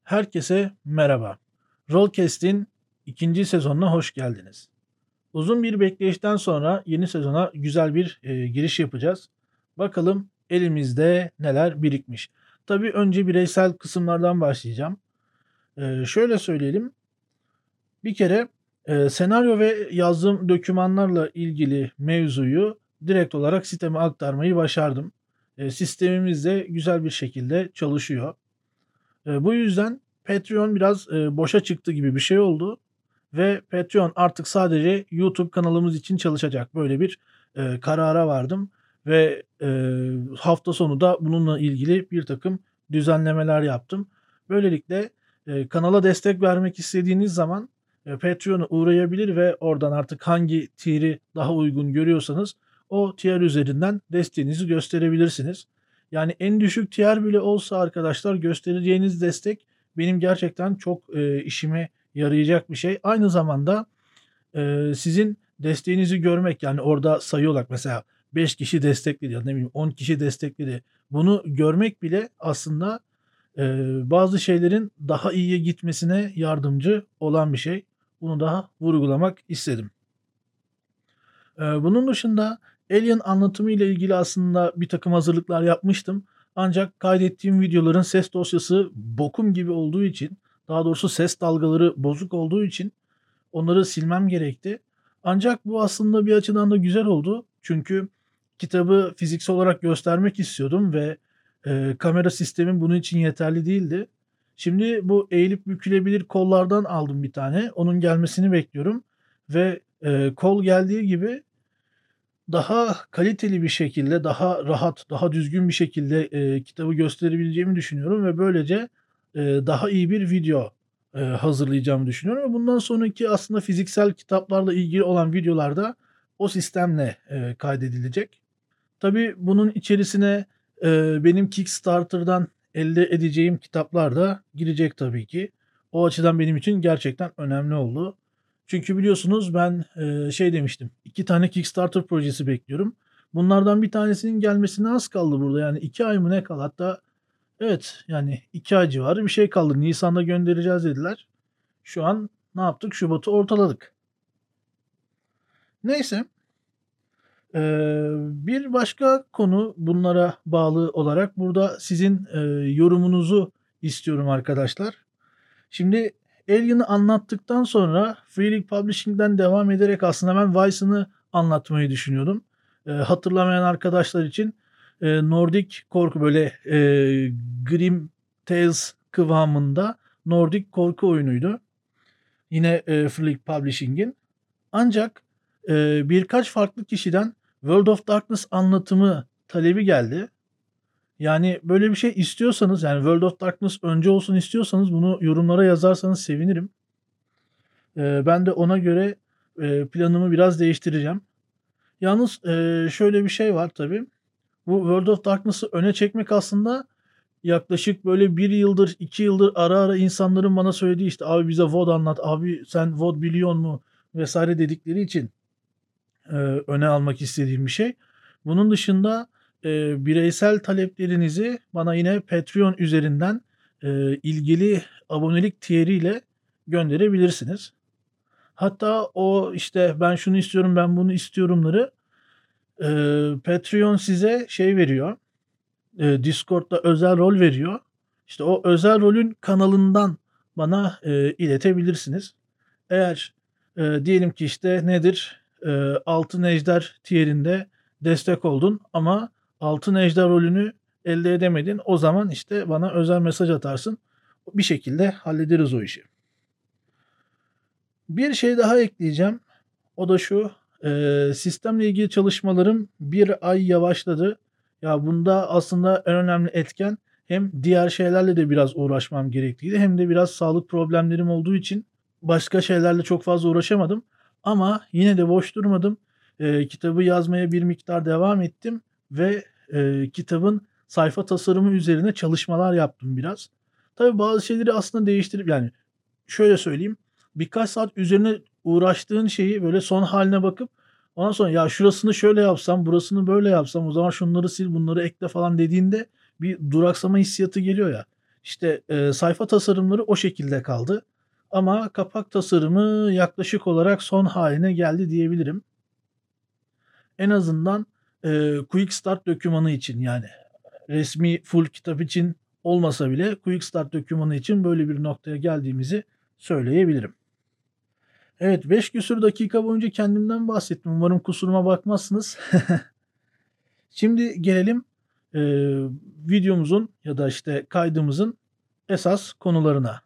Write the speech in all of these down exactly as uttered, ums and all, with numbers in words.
Herkese merhaba. Rollcast'in ikinci sezonuna hoş geldiniz. Uzun bir bekleyişten sonra yeni sezona güzel bir e, giriş yapacağız. Bakalım elimizde neler birikmiş. Tabii önce bireysel kısımlardan başlayacağım. E, şöyle söyleyelim. Bir kere e, senaryo ve yazdığım dokümanlarla ilgili mevzuyu direkt olarak siteme aktarmayı başardım. E, sistemimiz de güzel bir şekilde çalışıyor. Eee, bu yüzden Patreon biraz, eee, boşa çıktı gibi bir şey oldu ve Patreon artık sadece YouTube kanalımız için çalışacak. Böyle bir, eee, karara vardım ve, eee, hafta sonu da bununla ilgili birtakım düzenlemeler yaptım. Böylelikle, eee, kanala destek vermek istediğiniz zaman, eee, Patreon'a uğrayabilir ve oradan artık hangi tier'i daha uygun görüyorsanız o tier üzerinden desteğinizi gösterebilirsiniz. Yani en düşük tier bile olsa arkadaşlar göstereceğiniz destek benim gerçekten çok, eee, işime yarayacak bir şey. Aynı zamanda, eee, sizin desteğinizi görmek, yani orada sayı olarak mesela beş kişi destekledi ya da ne bileyim on kişi destekledi. Bunu görmek bile aslında, eee, bazı şeylerin daha iyiye gitmesine yardımcı olan bir şey. Bunu daha vurgulamak istedim. Eee, bunun dışında Alien anlatımı ile ilgili aslında birtakım hazırlıklar yapmıştım. Ancak kaydettiğim videoların ses dosyası bokum gibi olduğu için, daha doğrusu ses dalgaları bozuk olduğu için onları silmem gerekti. Ancak bu aslında bir açıdan da güzel oldu. Çünkü kitabı fiziksel olarak göstermek istiyordum ve, eee, kamera sistemim bunun için yeterli değildi. Şimdi bu eğilip bükülebilir kollardan aldım bir tane. Onun gelmesini bekliyorum ve, eee, kol geldiği gibi daha kaliteli bir şekilde, daha rahat, daha düzgün bir şekilde, eee, kitabı gösterebileceğimi düşünüyorum ve böylece, eee, daha iyi bir video, eee, hazırlayacağımı düşünüyorum ve bundan sonraki aslında fiziksel kitaplarla ilgili olan videolar da o sistemle, eee, kaydedilecek. Tabii bunun içerisine, eee, benim Kickstarter'dan elde edeceğim kitaplar da girecek tabii ki. O açıdan benim için gerçekten önemli oldu. Çünkü biliyorsunuz ben, eee, şey demiştim, iki tane Kickstarter projesi bekliyorum. Bunlardan bir tanesinin gelmesine az kaldı burada. Yani iki ay mı ne kaldı? Hatta evet, yani iki ay civarı bir şey kaldı. Nisan'da göndereceğiz dediler. Şu an ne yaptık? Şubat'ı ortaladık. Neyse. Eee, bir başka konu bunlara bağlı olarak burada sizin, eee, yorumunuzu istiyorum arkadaşlar. Şimdi Alien'ı anlattıktan sonra Free League Publishing'den devam ederek aslında ben Vice'ını anlatmayı düşünüyordum. Eee, hatırlamayan arkadaşlar için, eee, Nordik korku böyle, eee, Grim Tales kıvamında Nordik korku oyunuydu. Yine, eee, Free League Publishing'in. Ancak, eee, birkaç farklı kişiden World of Darkness anlatımı talebi geldi. Yani, böyle bir şey istiyorsanız, yani, World of Darkness önce olsun istiyorsanız bunu yorumlara yazarsanız sevinirim. Eee, ben de ona göre, eee, planımı biraz değiştireceğim. Yalnız, eee, şöyle bir şey var tabii. Bu World of Darkness'ı öne çekmek aslında yaklaşık böyle bir yıldır, iki yıldır ara ara insanların bana söylediği, işte, "Abi bize V O D anlat, abi sen V O D biliyor mu?" vesaire dedikleri için, eee, öne almak istediğim bir şey. Bunun dışında, eee, bireysel taleplerinizi bana yine Patreon üzerinden, eee, ilgili abonelik tier'iyle gönderebilirsiniz. Hatta o, işte, "Ben şunu istiyorum, ben bunu istiyorum'ları, eee, Patreon size şey veriyor, eee, Discord'da özel rol veriyor. İşte, o özel rolün kanalından bana, eee, iletebilirsiniz. Eğer, eee, diyelim ki, işte, nedir, eee, Altın Ejder tier'inde destek oldun ama Altın Ejder rolünü elde edemedin. O zaman, işte, bana özel mesaj atarsın. Bir şekilde hallederiz o işi. Bir şey daha ekleyeceğim. O da şu, eee, sistemle ilgili çalışmalarım bir ay yavaşladı. Ya, bunda aslında en önemli etken hem diğer şeylerle de biraz uğraşmam gerektiğiydi hem de biraz sağlık problemlerim olduğu için başka şeylerle çok fazla uğraşamadım ama yine de boş durmadım. Eee, kitabı yazmaya bir miktar devam ettim ve, eee, kitabın sayfa tasarımı üzerine çalışmalar yaptım biraz. Tabii bazı şeyleri aslında değiştirip yani şöyle söyleyeyim, birkaç saat üzerine uğraştığın şeyi böyle son hâline bakıp ondan sonra ya şurasını şöyle yapsam, burasını böyle yapsam, o zaman şunları sil, bunları ekle falan dediğinde bir duraksama hissiyatı geliyor ya. İşte, eee, sayfa tasarımları o şekilde kaldı ama kapak tasarımı yaklaşık olarak son hâline geldi diyebilirim. En azından, eee, Quick Start dokümanı için, yani, resmî full kitap için olmasa bile Quick Start dokümanı için böyle bir noktaya geldiğimizi söyleyebilirim. Evet, beş küsur dakika boyunca kendimden bahsettim. Umarım kusuruma bakmazsınız. Şimdi gelelim, eee, videomuzun ya da, işte, kaydımızın esas konularına.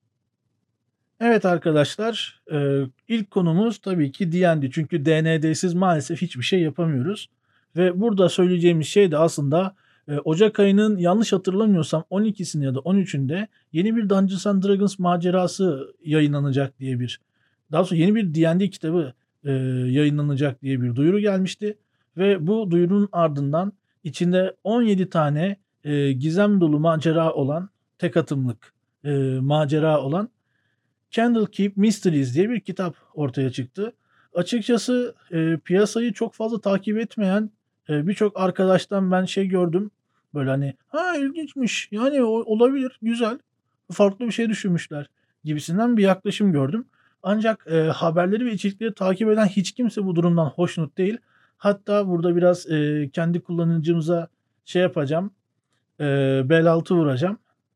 Evet arkadaşlar, eee, ilk konumuz tabii ki D and D. Çünkü D N D'siz maalesef hiçbir şey yapamıyoruz ve burada söyleyeceğimiz şey de aslında, eee, ocak ayının yanlış hatırlamıyorsam on ikisinde ya da on üçünde yeni bir Dungeons and Dragons macerası yayınlanacak diye bir, daha doğrusu yeni bir D and D kitabı, eee, yayınlanacak diye bir duyuru gelmişti ve bu duyurunun ardından içinde on yedi tane, eee, gizem dolu macera olan, tek atımlık, eee, macera olan Candlekeep Mysteries diye bir kitap ortaya çıktı. Açıkçası, eee, piyasayı çok fazla takip etmeyen, eee, birçok arkadaştan ben şey gördüm, böyle, hani, "Ha, ilginçmiş, yani, o olabilir, güzel, farklı bir şey düşünmüşler." gibisinden bir yaklaşım gördüm. Ancak, eee, haberleri ve içerikleri takip eden hiç kimse bu durumdan hoşnut değil. Hatta burada biraz, eee, kendi kullanıcımıza şey yapacağım, eee, bel altı vuracağım.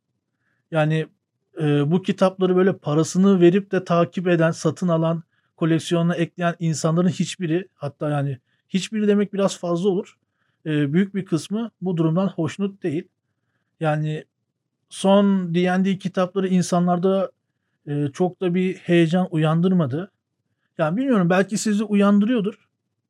Yani, eee, bu kitapları böyle parasını verip de takip eden, satın alan, koleksiyonuna ekleyen insanların hiçbiri, hatta yani hiçbiri demek biraz fazla olur, eee, büyük bir kısmı bu durumdan hoşnut değil. Yani son D and D kitapları insanlarda, eee, çok da bir heyecan uyandırmadı. Yani bilmiyorum, belki sizi uyandırıyordur.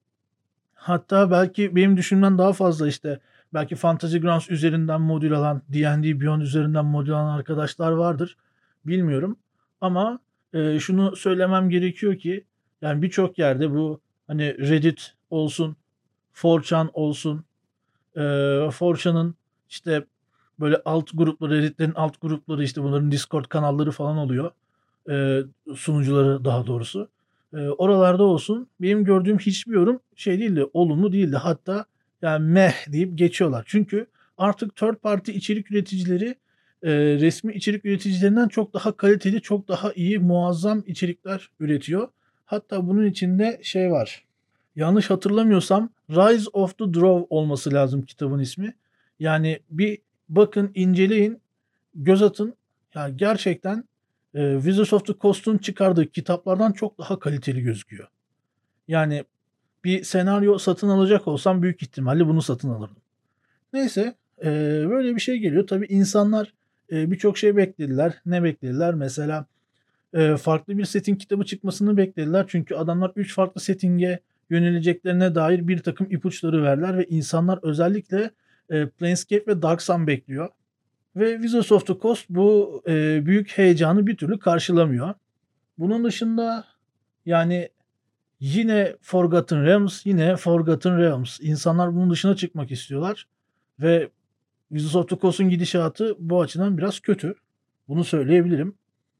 Hatta belki benim düşündüğümden daha fazla, işte, belki Fantasy Grounds üzerinden modül alan, D and D Beyond üzerinden modül alan arkadaşlar vardır. Bilmiyorum ama, eee, şunu söylemem gerekiyor ki, yani, birçok yerde bu, hani, Reddit olsun, four chan olsun, eee, four chan'ın, işte, böyle alt grupları, Reddit'lerin alt grupları, işte, bunların Discord kanalları falan oluyor. Eee, sunucuları daha doğrusu. Eee, oralarda olsun benim gördüğüm hiçbir yorum şey değildi, olumlu değildi. Hatta yani "meh" deyip geçiyorlar. Çünkü artık third party içerik üreticileri, eee, resmî içerik üreticilerinden çok daha kaliteli, çok daha iyi, muazzam içerikler üretiyor. Hatta bunun içinde şey var, yanlış hatırlamıyorsam Rise of the Drow olması lazım kitabın ismi. Yani bir bakın, inceleyin, göz atın. Ya gerçekten, eee, Wizards of the Coast'un çıkardığı kitaplardan çok daha kaliteli gözüküyor. Yani bir senaryo satın alacak olsam büyük ihtimalle bunu satın alırdım. Neyse, eee, böyle bir şey geliyor. Tabii insanlar, eee, birçok şey beklediler. Ne beklediler? Mesela, eee, farklı bir setting kitabı çıkmasını beklediler. Çünkü adamlar üç farklı setting'e yöneleceklerine dair birtakım ipuçları verdiler ve insanlar özellikle, eee, Planescape ve Dark Sun bekliyor. Ve Wizards of the Coast bu, eee, büyük heyecanı bir türlü karşılamıyor. Bunun dışında, yani, yine Forgotten Realms, yine Forgotten Realms. İnsanlar bunun dışına çıkmak istiyorlar ve Wizards of the Coast'un gidişatı bu açıdan biraz kötü. Bunu söyleyebilirim.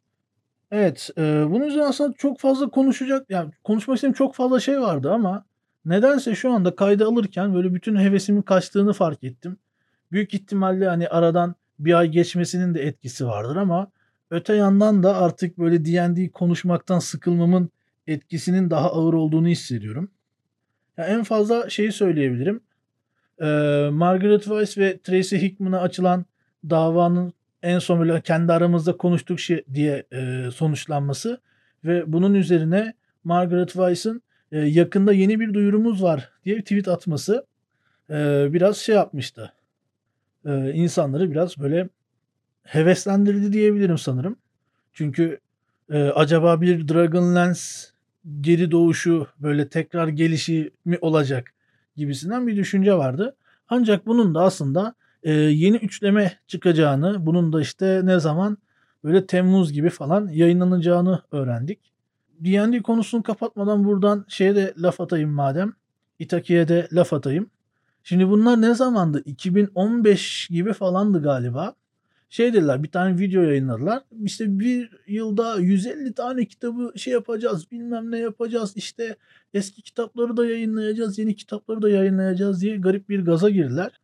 Evet, eee, bunun üzerine aslında çok fazla konuşacak, yani, konuşmak istediğim çok fazla şey vardı ama nedense şu anda kaydı alırken böyle bütün hevesimin kaçtığını fark ettim. Büyük ihtimalle, hani, aradan bir ay geçmesinin de etkisi vardır ama öte yandan da artık böyle D and D konuşmaktan sıkılmamın etkisinin daha ağır olduğunu hissediyorum. Ya, en fazla şeyi söyleyebilirim. Eee, Margaret Weis ve Tracy Hickman'a açılan davanın en son böyle kendi aramızda konuştuk şey diye, eee, sonuçlanması ve bunun üzerine Margaret Weis'in, eee, "Yakında yeni bir duyurumuz var." diye bir tweet atması, eee, biraz şey yapmıştı, eee, insanları biraz böyle heveslendirdi diyebilirim sanırım. Çünkü, eee, acaba bir Dragonlance geri doğuşu, böyle tekrar gelişi mi olacak gibisinden bir düşünce vardı. Ancak bunun da aslında, eee, yeni üçleme çıkacağını, bunun da, işte, ne zaman? Böyle temmuz gibi falan yayınlanacağını öğrendik. D and D konusunu kapatmadan buradan şeye de laf atayım madem, Itaki'ye de laf atayım. Şimdi bunlar ne zamandı? iki bin on beş gibi falandı galiba. Şey dediler, bir tane video yayınladılar. İşte bir yılda yüz elli tane kitabı şey yapacağız, bilmem ne yapacağız, işte eski kitapları da yayınlayacağız, yeni kitapları da yayınlayacağız diye garip bir gaza girdiler.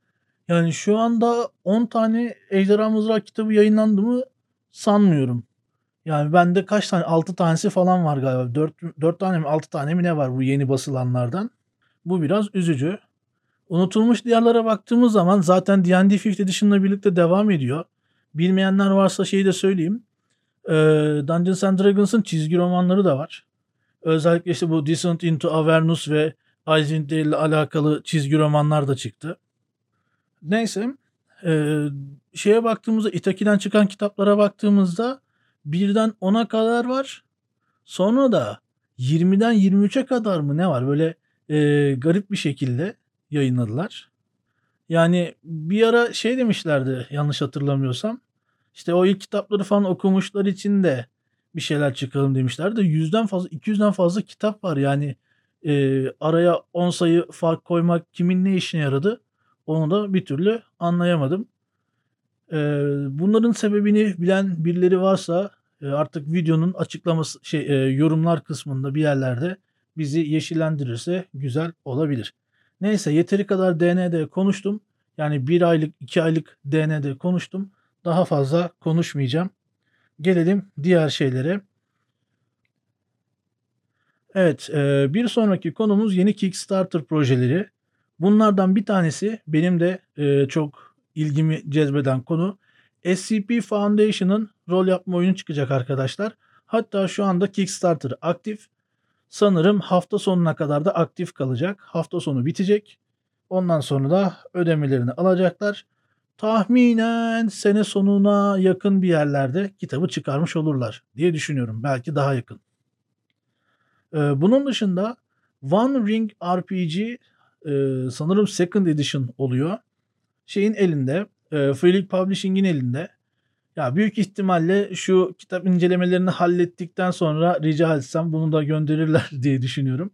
Yani şu anda on tane Ejderha Mızrağı kitabı yayınlandı mı sanmıyorum. Yani bende kaç tane? altı tanesi falan var galiba. dört dört tane mi altı tane mi ne var bu yeni basılanlardan. Bu biraz üzücü. Unutulmuş diyarlara baktığımız zaman zaten D and D Fifth Edition'la birlikte devam ediyor. Bilmeyenler varsa şeyi de söyleyeyim. Ee, Dungeons and Dragons'ın çizgi romanları da var. Özellikle işte bu Descent into Avernus ve Icewind Dale ile alakalı çizgi romanlar da çıktı. Neyse. Ee, şeye baktığımızda Itaki'den çıkan kitaplara baktığımızda birden ona kadar var. Sonra da yirmiden yirmi üçe kadar mı ne var? Böyle e, garip bir şekilde yayınladılar. Yani bir ara şey demişlerdi yanlış hatırlamıyorsam. İşte o ilk kitapları falan okumuşlar için de bir şeyler çıkalım demişlerdi. Yüzden fazla, iki yüzden fazla kitap var. Yani e, araya on sayı fark koymak kimin ne işine yaradı? Onu da bir türlü anlayamadım. E, bunların sebebini bilen birileri varsa e, artık videonun açıklaması şey e, yorumlar kısmında bir yerlerde bizi yeşillendirirse güzel olabilir. Neyse yeteri kadar D N D konuştum. Yani bir aylık iki aylık D N D konuştum. Daha fazla konuşmayacağım. Gelelim diğer şeylere. Evet, e, bir sonraki konumuz yeni Kickstarter projeleri. Bunlardan bir tanesi benim de e, çok ilgimi cezbeden konu. S C P Foundation'ın rol yapma oyunu çıkacak arkadaşlar. Hatta şu anda Kickstarter aktif. Sanırım hafta sonuna kadar da aktif kalacak. Hafta sonu bitecek. Ondan sonra da ödemelerini alacaklar. Tahminen sene sonuna yakın bir yerlerde kitabı çıkarmış olurlar diye düşünüyorum. Belki daha yakın. Ee, bunun dışında One Ring R P G e, sanırım Second Edition oluyor. Şeyin elinde, e, Free League Publishing'in elinde. Ya büyük ihtimalle şu kitap incelemelerini hallettikten sonra rica etsem bunu da gönderirler diye düşünüyorum.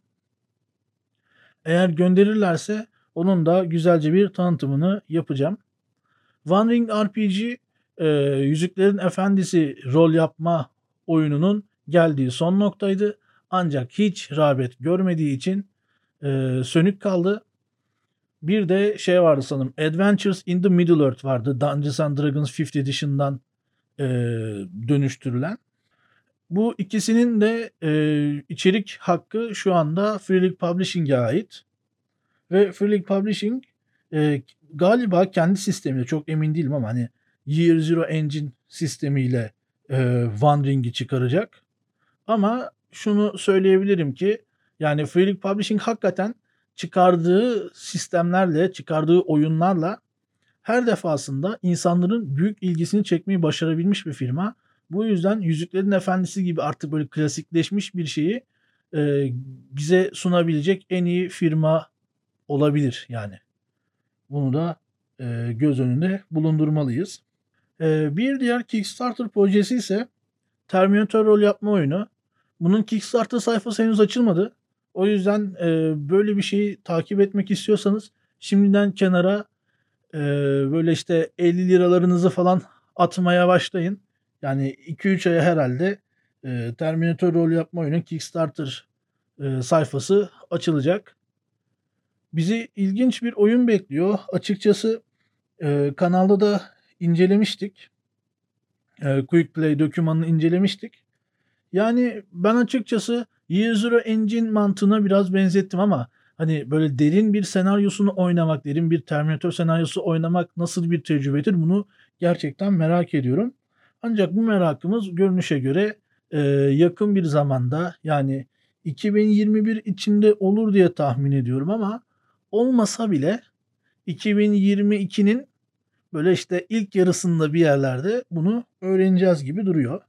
Eğer gönderirlerse onun da güzelce bir tanıtımını yapacağım. One Ring R P G e, Yüzüklerin Efendisi rol yapma oyununun geldiği son noktaydı. Ancak hiç rağbet görmediği için e, sönük kaldı. Bir de şey vardı sanırım. Adventures in the Middle-earth vardı. Dungeons and Dragons Fifth Edition'dan e, dönüştürülen. Bu ikisinin de e, içerik hakkı şu anda Free League Publishing'e ait. Ve Free League Publishing e, galiba kendi sistemiyle çok emin değilim ama hani Year Zero Engine sistemiyle e, One Ring'i çıkaracak. Ama şunu söyleyebilirim ki yani Free League Publishing hakikaten çıkardığı sistemlerle, çıkardığı oyunlarla her defasında insanların büyük ilgisini çekmeyi başarabilmiş bir firma. Bu yüzden Yüzüklerin Efendisi gibi artık böyle klasikleşmiş bir şeyi e, bize sunabilecek en iyi firma olabilir yani. Bunu da e, göz önünde bulundurmalıyız. E, bir diğer Kickstarter projesi ise Terminator rol yapma oyunu. Bunun Kickstarter sayfası henüz açılmadı. O yüzden e, böyle bir şeyi takip etmek istiyorsanız şimdiden kenara e, böyle işte elli liralarınızı falan atmaya başlayın. Yani iki üç aya herhalde e, Terminator rol yapma oyunun Kickstarter e, sayfası açılacak. Bizi ilginç bir oyun bekliyor. Açıkçası e, kanalda da incelemiştik. E, Quick Play dokümanını incelemiştik. Yani ben açıkçası Year Zero Engine mantığına biraz benzettim ama hani böyle derin bir senaryosunu oynamak, derin bir Terminator senaryosu oynamak nasıl bir tecrübedir bunu gerçekten merak ediyorum. Ancak bu merakımız görünüşe göre e, yakın bir zamanda yani iki bin yirmi bir içinde olur diye tahmin ediyorum ama olmasa bile iki bin yirmi ikinin böyle işte ilk yarısında bir yerlerde bunu öğreneceğiz gibi duruyor.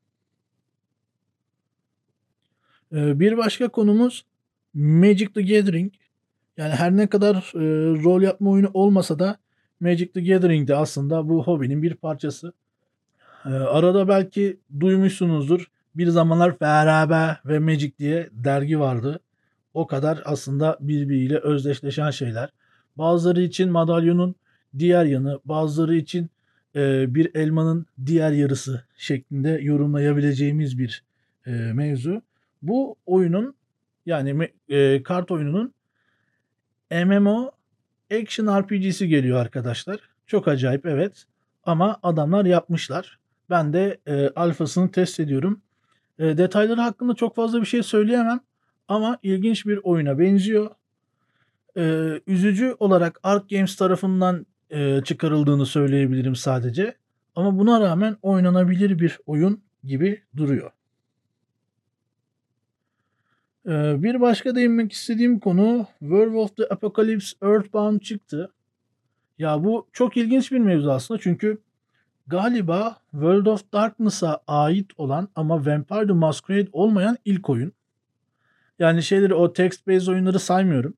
Ee, bir başka konumuz Magic the Gathering. Yani her ne kadar e, rol yapma oyunu olmasa da Magic the Gathering de aslında bu hobinin bir parçası. Ee, arada belki duymuşsunuzdur. Bir zamanlar Beraber ve Magic diye dergi vardı. O kadar aslında birbiriyle özdeşleşen şeyler. Bazıları için madalyonun diğer yanı, bazıları için e, bir elmanın diğer yarısı şeklinde yorumlayabileceğimiz bir e, mevzu. Bu oyunun yani e, kart oyununun M M O Action R P G'si geliyor arkadaşlar. Çok acayip, evet. Ama adamlar yapmışlar. Ben de e, alfasını test ediyorum. E, detayları hakkında çok fazla bir şey söyleyemem. Ama ilginç bir oyuna benziyor. E, üzücü olarak Arc Games tarafından e, çıkarıldığını söyleyebilirim sadece. Ama buna rağmen oynanabilir bir oyun gibi duruyor. E, bir başka değinmek istediğim konu World of the Apocalypse Earthbound çıktı. Ya bu çok ilginç bir mevzu aslında çünkü galiba World of Darkness'a ait olan ama Vampire the Masquerade olmayan ilk oyun. Yani şeyleri o text-based oyunları saymıyorum.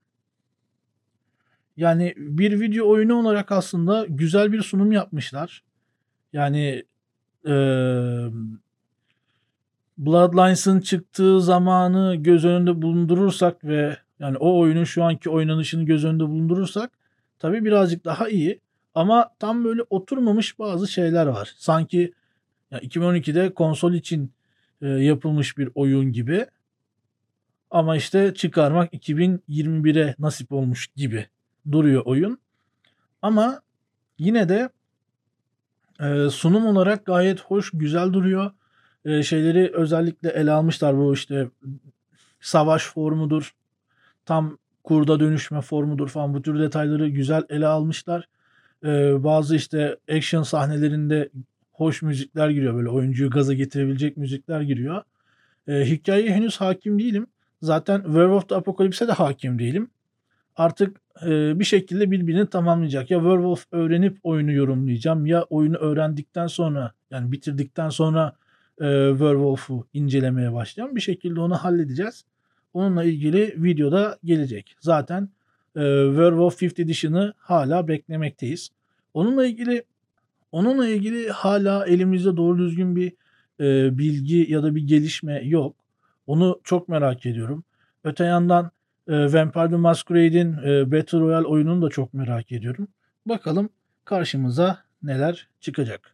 Yani bir video oyunu olarak aslında güzel bir sunum yapmışlar. Yani eee Bloodlines'ın çıktığı zamanı göz önünde bulundurursak ve yani o oyunun şu anki oynanışını göz önünde bulundurursak tabii birazcık daha iyi. Ama tam böyle oturmamış bazı şeyler var. Sanki ya iki bin on ikide konsol için e, yapılmış bir oyun gibi. Ama işte çıkarmak iki bin yirmi bire nasip olmuş gibi duruyor oyun. Ama yine de e, sunum olarak gayet hoş, güzel duruyor. E, şeyleri özellikle ele almışlar, bu işte savaş formudur, tam kurda dönüşme formudur falan, bu tür detayları güzel ele almışlar. E, bazı işte action sahnelerinde hoş müzikler giriyor, böyle oyuncuyu gaza getirebilecek müzikler giriyor. E, hikayeye henüz hakim değilim. Zaten World of the Apocalypse'e de hakim değilim. Artık e, bir şekilde birbirini tamamlayacak. Ya Werewolf öğrenip oyunu yorumlayacağım, ya oyunu öğrendikten sonra, yani bitirdikten sonra e, Werewolf'u incelemeye başlayacağım. Bir şekilde onu halledeceğiz. Onunla ilgili videoda gelecek. Zaten e, Werewolf fifth Edition'ı hala beklemekteyiz. Onunla ilgili onunla ilgili hala elimizde doğru düzgün bir e, bilgi ya da bir gelişme yok. Onu çok merak ediyorum. Öte yandan e, Vampire the Masquerade'in e, Battle Royale oyununu da çok merak ediyorum. Bakalım karşımıza neler çıkacak.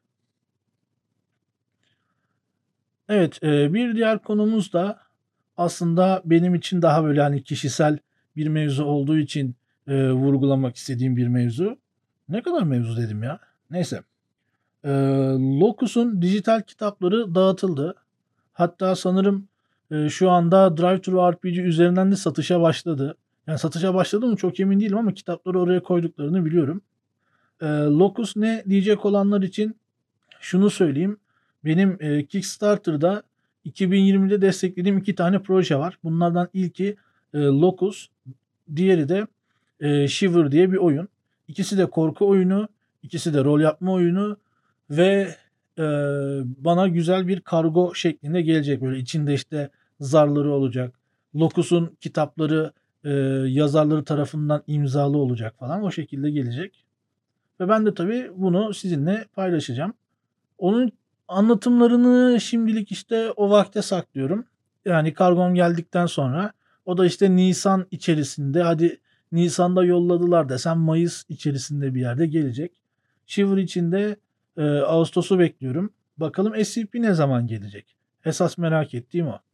Evet, e, bir diğer konumuz da aslında benim için daha böyle hani kişisel bir mevzu olduğu için e, vurgulamak istediğim bir mevzu. Ne kadar mevzu dedim ya. Neyse. Ee, Locus'un dijital kitapları dağıtıldı. Hatta sanırım e, şu anda Drive-Thru R P G üzerinden de satışa başladı. Yani satışa başladı mı çok emin değilim ama kitapları oraya koyduklarını biliyorum. Ee, Locus ne diyecek olanlar için şunu söyleyeyim. Benim e, Kickstarter'da iki bin yirmide desteklediğim iki tane proje var. Bunlardan ilki e, Locus, diğeri de e, Shiver diye bir oyun. İkisi de korku oyunu, ikisi de rol yapma oyunu ve e, bana güzel bir kargo şeklinde gelecek. Böyle içinde işte zarları olacak. Locus'un kitapları e, yazarları tarafından imzalı olacak falan. O şekilde gelecek. Ve ben de tabii bunu sizinle paylaşacağım. Onun anlatımlarını şimdilik işte o vakte saklıyorum. Yani kargom geldikten sonra, o da işte Nisan içerisinde, hadi Nisan'da yolladılar desem Mayıs içerisinde bir yerde gelecek. Shiver için de e, Ağustos'u bekliyorum. Bakalım S C P ne zaman gelecek? Esas merak ettiğim o.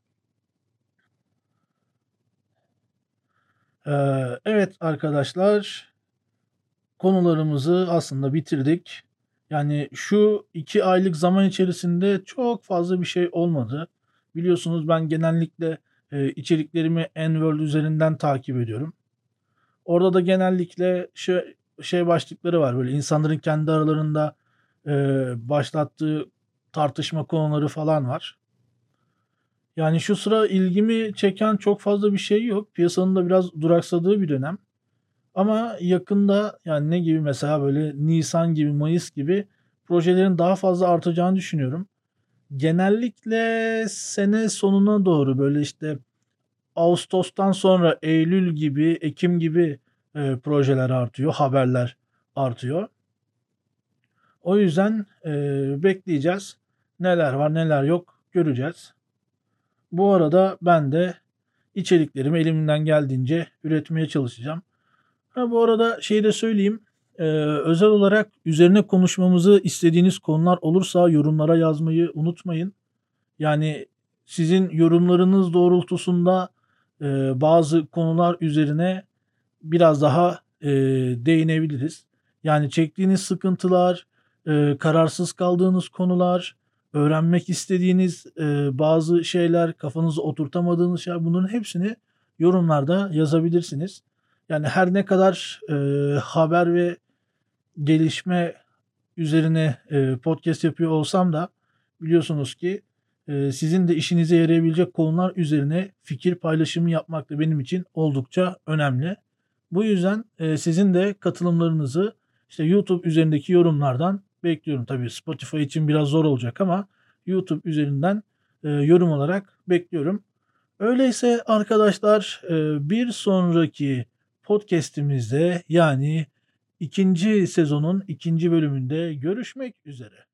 Ee, evet arkadaşlar, konularımızı aslında bitirdik. Yani şu iki aylık zaman içerisinde çok fazla bir şey olmadı. Biliyorsunuz ben genellikle e, içeriklerimi Enworld üzerinden takip ediyorum. Orada da genellikle şey, şey başlıkları var. Böyle insanların kendi aralarında e, başlattığı tartışma konuları falan var. Yani şu sıra ilgimi çeken çok fazla bir şey yok. Piyasanın da biraz duraksadığı bir dönem. Ama yakında, yani ne gibi, mesela böyle Nisan gibi, Mayıs gibi projelerin daha fazla artacağını düşünüyorum. Genellikle sene sonuna doğru, böyle işte Ağustos'tan sonra Eylül gibi, Ekim gibi e, projeler artıyor, haberler artıyor. O yüzden e, bekleyeceğiz. Neler var neler yok göreceğiz. Bu arada ben de içeriklerimi elimden geldiğince üretmeye çalışacağım. Ha, bu arada şey de söyleyeyim. Ee, özel olarak üzerine konuşmamızı istediğiniz konular olursa yorumlara yazmayı unutmayın. Yani sizin yorumlarınız doğrultusunda e, bazı konular üzerine biraz daha e, değinebiliriz. Yani çektiğiniz sıkıntılar, eee, kararsız kaldığınız konular, öğrenmek istediğiniz, eee, bazı şeyler, kafanıza oturtamadığınız şeyler, bunların hepsini yorumlarda yazabilirsiniz. Yani her ne kadar, eee, haber ve gelişme üzerine, eee, podcast yapıyor olsam da biliyorsunuz ki, eee, sizin de işinize yarayabilecek konular üzerine fikir paylaşımı yapmak da benim için oldukça önemli. Bu yüzden, eee, sizin de katılımlarınızı, işte, YouTube üzerindeki yorumlardan bekliyorum. Tabii Spotify için biraz zor olacak ama YouTube üzerinden, eee, yorum olarak bekliyorum. Öyleyse arkadaşlar, eee, bir sonraki podcast'imizde, yani ikinci sezonun ikinci bölümünde görüşmek üzere.